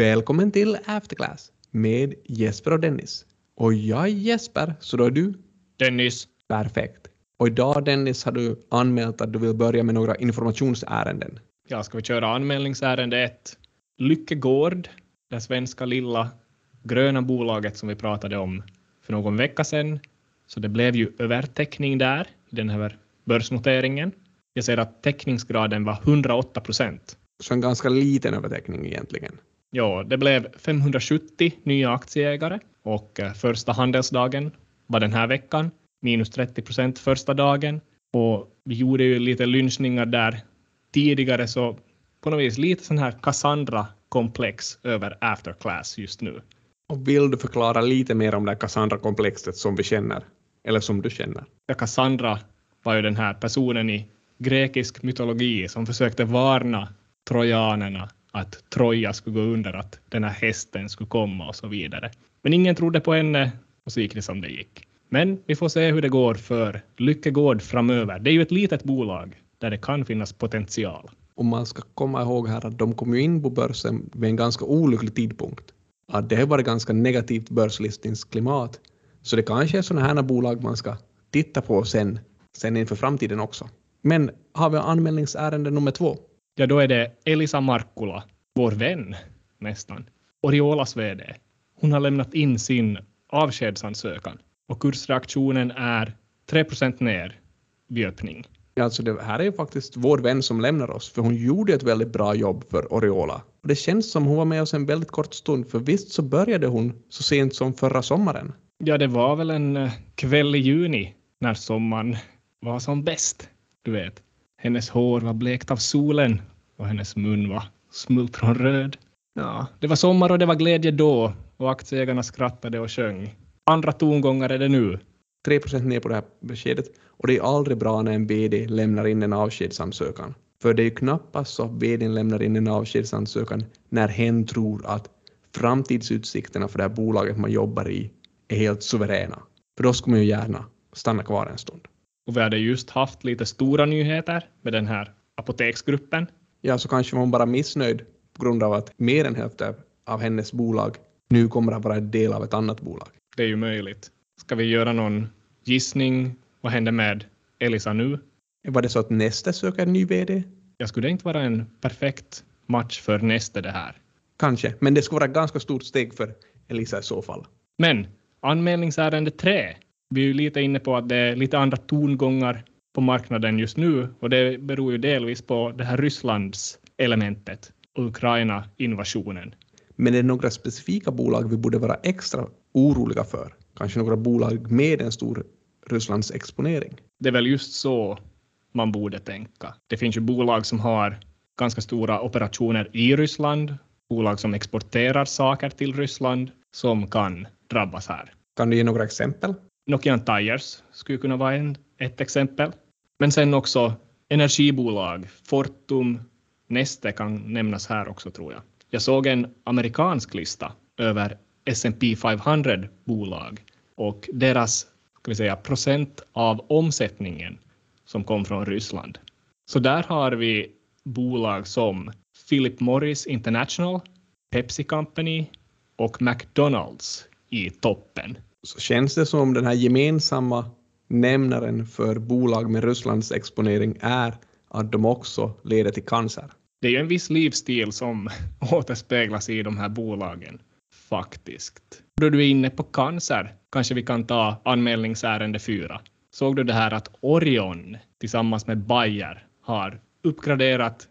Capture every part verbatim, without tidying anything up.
Välkommen till Afterclass med Jesper och Dennis. Och jag är Jesper, så då är du? Dennis. Perfekt. Och idag, Dennis, har du anmält att du vill börja med några informationsärenden. Ja, ska vi köra anmälningsärende ett. Lyckegård, det svenska lilla gröna bolaget som vi pratade om för någon vecka sedan. Så det blev ju övertäckning där i den här börsnoteringen. Jag ser att täckningsgraden var hundraåtta procent. Så en ganska liten övertäckning egentligen. Ja, det blev femhundrasjuttio nya aktieägare och första handelsdagen var den här veckan. Minus trettio procent första dagen. Och vi gjorde ju lite lynchningar där tidigare, så på något vis lite sån här Cassandra-komplex över Afterclass just nu. Och vill du förklara lite mer om det här Cassandra-komplexet som vi känner? Eller som du känner? Ja, Cassandra var ju den här personen i grekisk mytologi som försökte varna trojanerna att Troja skulle gå under, att den här hästen skulle komma och så vidare. Men ingen trodde på henne och så gick det som det gick. Men vi får se hur det går för Lyckegård framöver. Det är ju ett litet bolag där det kan finnas potential. Och man ska komma ihåg här att de kom ju in på börsen vid en ganska olycklig tidpunkt. Att det har varit ganska negativt börslistningsklimat. Så det kanske är sådana här bolag man ska titta på sen, sen inför framtiden också. Men har vi anmälningsärende nummer två? Ja, då är det Elisa Markkula, vår vän nästan. Oriolas vd. Hon har lämnat in sin avskedsansökan. Och kursreaktionen är tre procent ner vid öppning. Ja, alltså det här är ju faktiskt vår vän som lämnar oss. För hon gjorde ett väldigt bra jobb för Oriola. Och det känns som hon var med oss en väldigt kort stund. För visst så började hon så sent som förra sommaren. Ja, det var väl en kväll i juni när sommaren var som bäst. Du vet, hennes hår var blekt av solen och hennes mun var smultronröd. Ja, det var sommar och det var glädje då. Och aktieägarna skrattade och sjöng. Andra tongångar är det nu. tre procent ner på det här beskedet. Och det är aldrig bra när en vd lämnar in en avskedsansökan. För det är ju knappast så att vdn lämnar in en avskedsansökan när hen tror att framtidsutsikterna för det här bolaget man jobbar i är helt suveräna. För då ska man ju gärna stanna kvar en stund. Och vi hade just haft lite stora nyheter med den här apoteksgruppen. Ja, så kanske var hon bara missnöjd på grund av att mer än hälften av hennes bolag nu kommer att vara en del av ett annat bolag. Det är ju möjligt. Ska vi göra någon gissning? Vad händer med Elisa nu? Var det så att Neste söker en ny vd? Jag skulle inte vara en perfekt match för Neste det här. Kanske, men det skulle vara ett ganska stort steg för Elisa i så fall. Men anmälningsärende tre. Vi är ju lite inne på att det är lite andra tongångar på marknaden just nu. Och det beror ju delvis på det här Rysslands elementet och Ukraina-invasionen. Men det är några specifika bolag vi borde vara extra oroliga för. Kanske några bolag med en stor Rysslands exponering. Det är väl just så man borde tänka. Det finns ju bolag som har ganska stora operationer i Ryssland. Bolag som exporterar saker till Ryssland som kan drabbas här. Kan du ge några exempel? Nokian Tires skulle kunna vara en, ett exempel. Men sen också energibolag. Fortum, Neste kan nämnas här också tror jag. Jag såg en amerikansk lista över S and P femhundra-bolag och deras ska vi säga, procent av omsättningen som kom från Ryssland. Så där har vi bolag som Philip Morris International, Pepsi Company och McDonald's i toppen. Så känns det som den här gemensamma nämnaren för bolag med Rysslands exponering är att de också leder till cancer. Det är ju en viss livsstil som återspeglas i de här bolagen, faktiskt. Då du är inne på cancer, kanske vi kan ta anmälningsärende fyra. Såg du det här att Orion tillsammans med Bayer har uppgraderat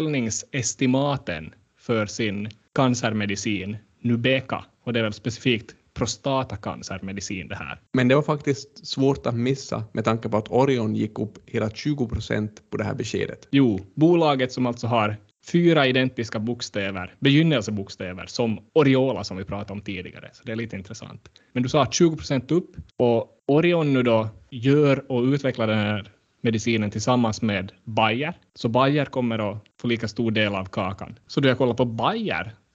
försäljningsestimaten för sin cancermedicin Nubeqa? Och det är väl specifikt prostatacancermedicin det här. Men det var faktiskt svårt att missa med tanke på att Orion gick upp hela tjugo procent på det här beskedet. Jo, bolaget som alltså har fyra identiska bokstäver, begynnelsebokstäver som Oriola som vi pratade om tidigare. Så det är lite intressant. Men du sa tjugo procent upp och Orion nu då gör och utvecklar den här medicinen tillsammans med Bayer. Så Bayer kommer att få lika stor del av kakan. Så då jag kollar på Bayer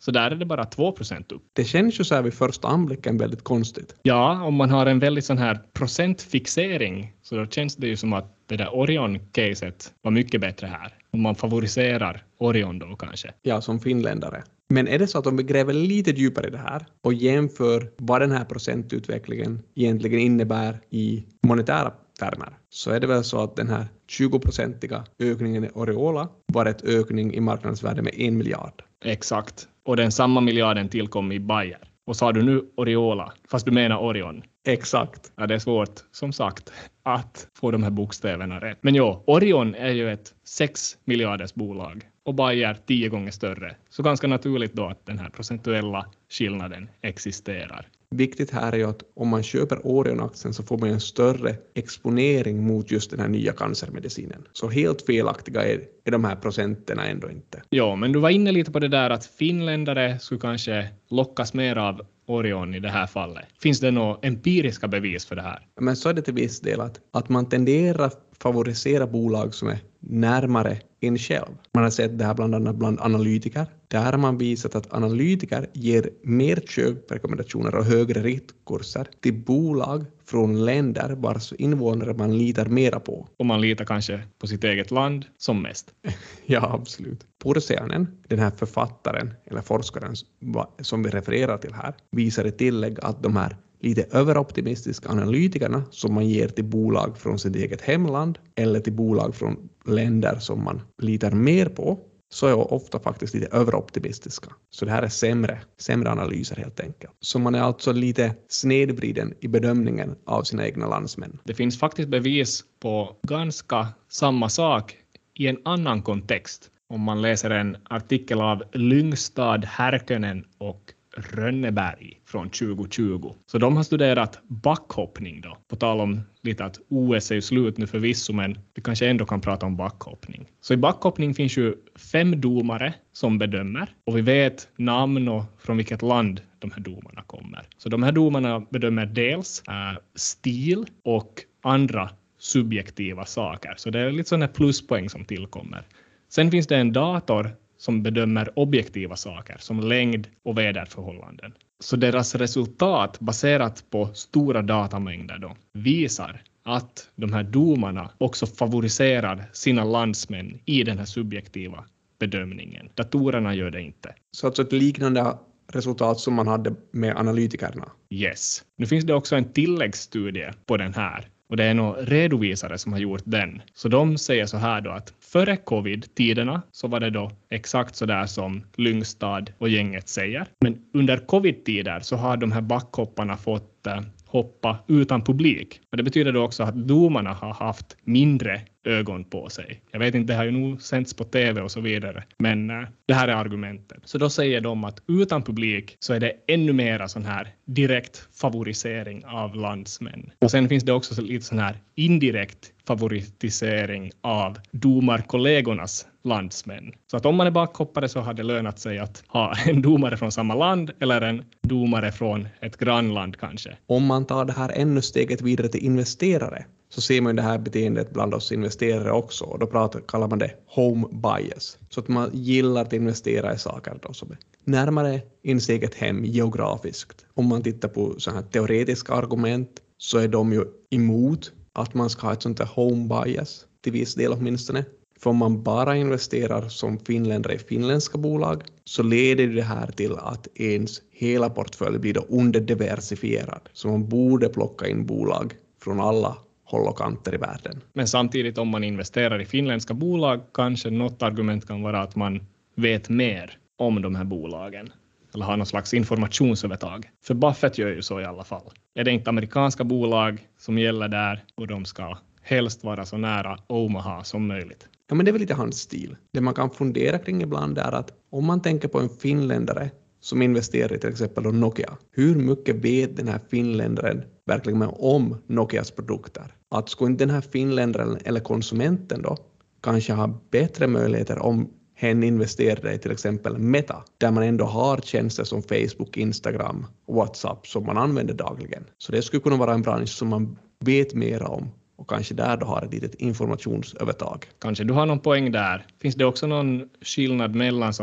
Så där är det bara två procent upp. Det känns ju så här vid första anblicken väldigt konstigt. Ja, om man har en väldigt sån här procentfixering så då känns det ju som att det där Orion-caset var mycket bättre här. Om man favoriserar Orion då kanske. Ja, som finländare. Men är det så att om vi gräver lite djupare i det här och jämför vad den här procentutvecklingen egentligen innebär i monetära termer, så är det väl så att den här tjugo-procentiga ökningen i Oriola var ett ökning i marknadsvärde med en miljard. Exakt. Och den samma miljarden tillkom i Bayer. Och sa du nu Oriola, fast du menar Orion? Exakt. Ja, det är svårt, som sagt, att få de här bokstäverna rätt. Men jo, Orion är ju ett sex miljarders bolag och Bayer tio gånger större. Så ganska naturligt då att den här procentuella skillnaden existerar. Viktigt här är ju att om man köper Orion-aktien så får man en större exponering mot just den här nya cancermedicinen. Så helt felaktiga är, är de här procenterna ändå inte. Ja, men du var inne lite på det där att finländare skulle kanske lockas mer av Orion i det här fallet. Finns det några empiriska bevis för det här? Men så är det till viss del att, att man tenderar att favorisera bolag som är närmare en själv. Man har sett det här bland annat bland analytiker. Där har man visat att analytiker ger mer köprekommendationer och högre riktkurser till bolag från länder vars invånare man litar mera på. Och man litar kanske på sitt eget land som mest. Ja, absolut. Porsianen, den här författaren eller forskaren som vi refererar till här, visar i tillägg att de här lite överoptimistiska analytikerna som man ger till bolag från sitt eget hemland eller till bolag från länder som man litar mer på, så är ofta faktiskt lite överoptimistiska. Så det här är sämre, sämre analyser helt enkelt. Så man är alltså lite snedvriden i bedömningen av sina egna landsmän. Det finns faktiskt bevis på ganska samma sak i en annan kontext. Om man läser en artikel av Lyngstad, Härkönen och Rönneberg från tjugo tjugo. Så de har studerat backhoppning då. På tal om lite att O S är ju slut nu förvisso, men vi kanske ändå kan prata om backhoppning. Så i backhoppning finns ju fem domare som bedömer. Och vi vet namn och från vilket land de här domarna kommer. Så de här domarna bedömer dels äh, stil och andra subjektiva saker. Så det är lite sådana pluspoäng som tillkommer. Sen finns det en dator som bedömer objektiva saker som längd och väderförhållanden. Så deras resultat baserat på stora datamängder då visar att de här domarna också favoriserar sina landsmän i den här subjektiva bedömningen. Datorerna gör det inte. Så alltså ett liknande resultat som man hade med analytikerna. Yes. Nu finns det också en tilläggsstudie på den här. Och det är några redovisare som har gjort den. Så de säger så här då att före covid-tiderna så var det då exakt så där som Lyngstad och gänget säger. Men under covid-tider så har de här backhopparna fått eh, hoppa utan publik. Och det betyder då också att domarna har haft mindre ögon på sig. Jag vet inte, det har ju nog sänds på tv och så vidare. Men äh, det här är argumentet. Så då säger de att utan publik så är det ännu mera sån här direkt favorisering av landsmän. Och sen finns det också lite sån här indirekt favoritisering av domarkollegornas landsmän. Så att om man är backhoppare så har det lönat sig att ha en domare från samma land eller en domare från ett grannland kanske. Om man tar det här ännu steget vidare till investerare så ser man det här beteendet bland oss investerare också. Och då pratar, kallar man det home bias. Så att man gillar att investera i saker då som är närmare ens eget hem geografiskt. Om man tittar på så här teoretiska argument så är de ju emot att man ska ha ett sånt här home bias till viss del åtminstone. För om man bara investerar som finländare i finländska bolag så leder det här till att ens hela portfölj blir då underdiversifierad. Så man borde plocka in bolag från alla håll och kanter i världen. Men samtidigt om man investerar i finländska bolag kanske något argument kan vara att man vet mer om de här bolagen. Eller har någon slags informationsövertag. För Buffett gör ju så i alla fall. Är det inte amerikanska bolag som gäller där och de ska helst vara så nära Omaha som möjligt. Ja, men det är väl lite hans stil. Det man kan fundera kring ibland är att om man tänker på en finländare som investerar i till exempel Nokia. Hur mycket vet den här finländaren verkligen om Nokias produkter? Att skulle inte den här finländaren eller konsumenten då kanske ha bättre möjligheter om hen investerar i till exempel Meta, där man ändå har tjänster som Facebook, Instagram och WhatsApp som man använder dagligen. Så det skulle kunna vara en bransch som man vet mer om och kanske där då har ett litet informationsövertag. Kanske du har någon poäng där. Finns det också någon skillnad mellan som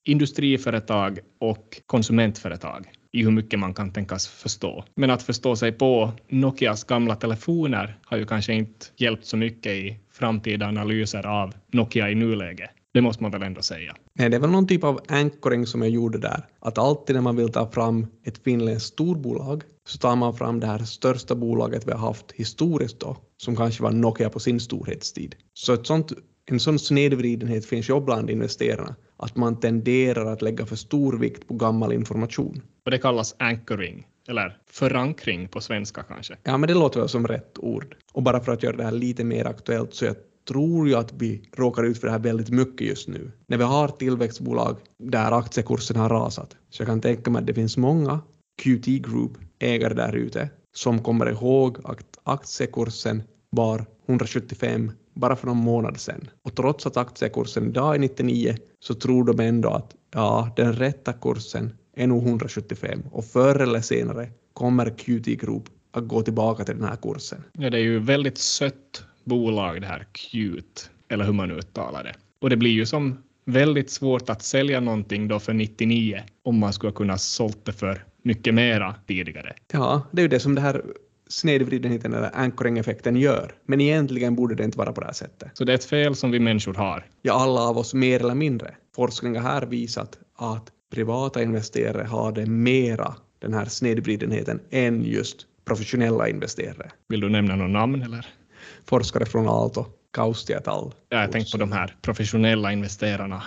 industriföretag och konsumentföretag i hur mycket man kan tänkas förstå. Men att förstå sig på Nokias gamla telefoner har ju kanske inte hjälpt så mycket i framtida analyser av Nokia i nuläge. Det måste man väl ändå säga. Nej, det är väl någon typ av anchoring som jag gjorde där. Att alltid när man vill ta fram ett finländskt storbolag så tar man fram det här största bolaget vi har haft historiskt då, som kanske var Nokia på sin storhetstid. Så ett sånt, en sån snedvridenhet finns ju bland investerarna. Att man tenderar att lägga för stor vikt på gammal information. Och det kallas anchoring, eller förankring på svenska kanske. Ja, men det låter väl som rätt ord. Och bara för att göra det här lite mer aktuellt så jag tror ju att vi råkar ut för det här väldigt mycket just nu. När vi har tillväxtbolag där aktiekursen har rasat. Så jag kan tänka mig att det finns många Q T Group ägare där ute som kommer ihåg att aktiekursen var hundrasjuttiofem bara för någon månad sedan. Och trots att aktiekursen idag är nittionio så tror de ändå att ja, den rätta kursen är nog hundrasjuttiofem. Och förr eller senare kommer Q T Group att gå tillbaka till den här kursen. Ja, det är ju väldigt sött bolag det här Qt, eller hur man uttalar det. Och det blir ju som väldigt svårt att sälja någonting då för nittionio om man skulle kunna sålt det för mycket mera tidigare. Ja, det är ju det som det här snedvridenheten eller anchoring-effekten gör. Men egentligen borde det inte vara på det här sättet. Så det är ett fel som vi människor har. Ja, alla av oss mer eller mindre. Forskning har här visat att privata investerare har det mera, den här snedvridenheten, än just professionella investerare. Vill du nämna någon namn eller? Forskare från Aalto, Kausti et al. Ja, jag tänkte på de här professionella investerarna.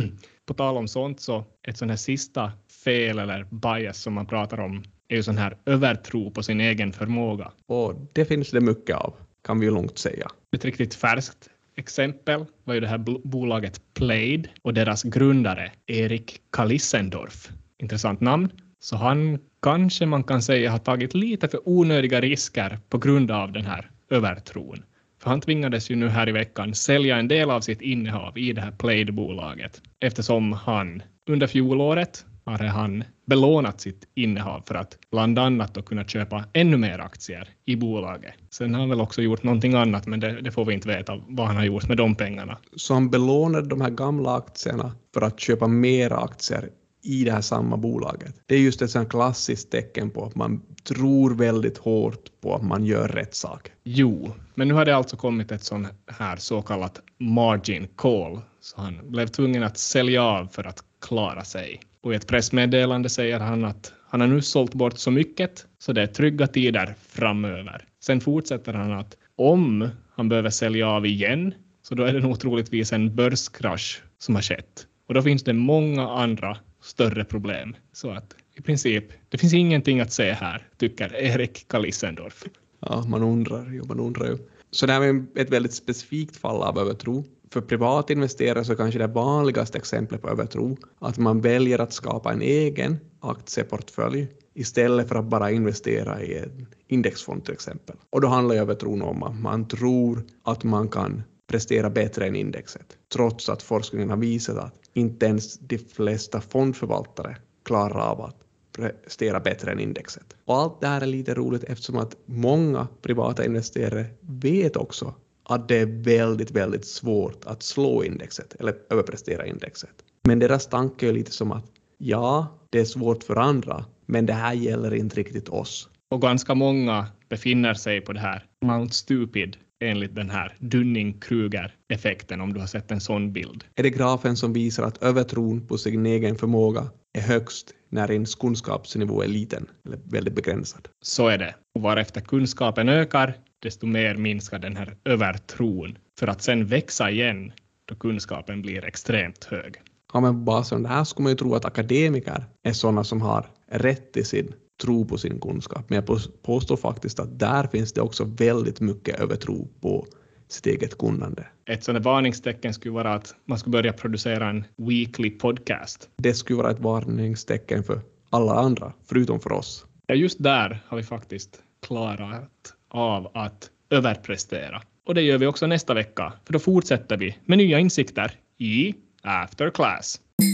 På tal om sånt så ett sån här sista fel eller bias som man pratar om är ju sån här övertro på sin egen förmåga. Och det finns det mycket av, kan vi ju lugnt säga. Ett riktigt färskt exempel var ju det här bl- bolaget Plaid och deras grundare Erik Kalissendorf. Intressant namn. Så han kanske man kan säga har tagit lite för onödiga risker på grund av den här övertron. För han tvingades ju nu här i veckan sälja en del av sitt innehav i det här Plaid-bolaget. Eftersom han under fjolåret har han belånat sitt innehav för att bland annat då kunna köpa ännu mer aktier i bolaget. Sen har han väl också gjort någonting annat, men det, det får vi inte veta vad han har gjort med de pengarna. Så han belånade de här gamla aktierna för att köpa mer aktier i det här samma bolaget. Det är just ett sånt klassiskt tecken på att man tror väldigt hårt på att man gör rätt sak. Jo, men nu har det alltså kommit ett sån här så kallat margin call. Så han blev tvungen att sälja av för att klara sig. Och i ett pressmeddelande säger han att han har nu sålt bort så mycket så det är trygga tider framöver. Sen fortsätter han att om han behöver sälja av igen så då är det nog troligtvis en börskrasch som har skett. Och då finns det många andra större problem. Så att i princip, det finns ingenting att se här, tycker Erik Kalissendorf. Ja, man undrar ju, man undrar ju. Så det här är ett väldigt specifikt fall av övertro. För privatinvesterare så kanske det vanligaste exemplet på övertro att man väljer att skapa en egen aktieportfölj istället för att bara investera i en indexfond till exempel. Och då handlar ju övertron om att man tror att man kan prestera bättre än indexet. Trots att forskningen har visat att inte ens de flesta fondförvaltare klarar av att prestera bättre än indexet. Och allt det här är lite roligt eftersom att många privata investerare vet också att det är väldigt, väldigt svårt att slå indexet eller överprestera indexet. Men deras tanke är lite som att ja, det är svårt för andra, men det här gäller inte riktigt oss. Och ganska många befinner sig på det här Mount Stupid enligt den här Dunning-Kruger-effekten, om du har sett en sån bild. Är det grafen som visar att övertron på sin egen förmåga är högst när ens kunskapsnivå är liten eller väldigt begränsad? Så är det. Och varefter kunskapen ökar, desto mer minskar den här övertron för att sen växa igen då kunskapen blir extremt hög. Ja, men på basen av det här skulle man ju tro att akademiker är sådana som har rätt i sin tro på sin kunskap. Men jag påstår faktiskt att där finns det också väldigt mycket övertro på sitt eget kunnande. Ett sådant varningstecken skulle vara att man skulle börja producera en weekly podcast. Det skulle vara ett varningstecken för alla andra, förutom för oss. Ja, just där har vi faktiskt klarat av att överprestera. Och det gör vi också nästa vecka, för då fortsätter vi med nya insikter i After Class.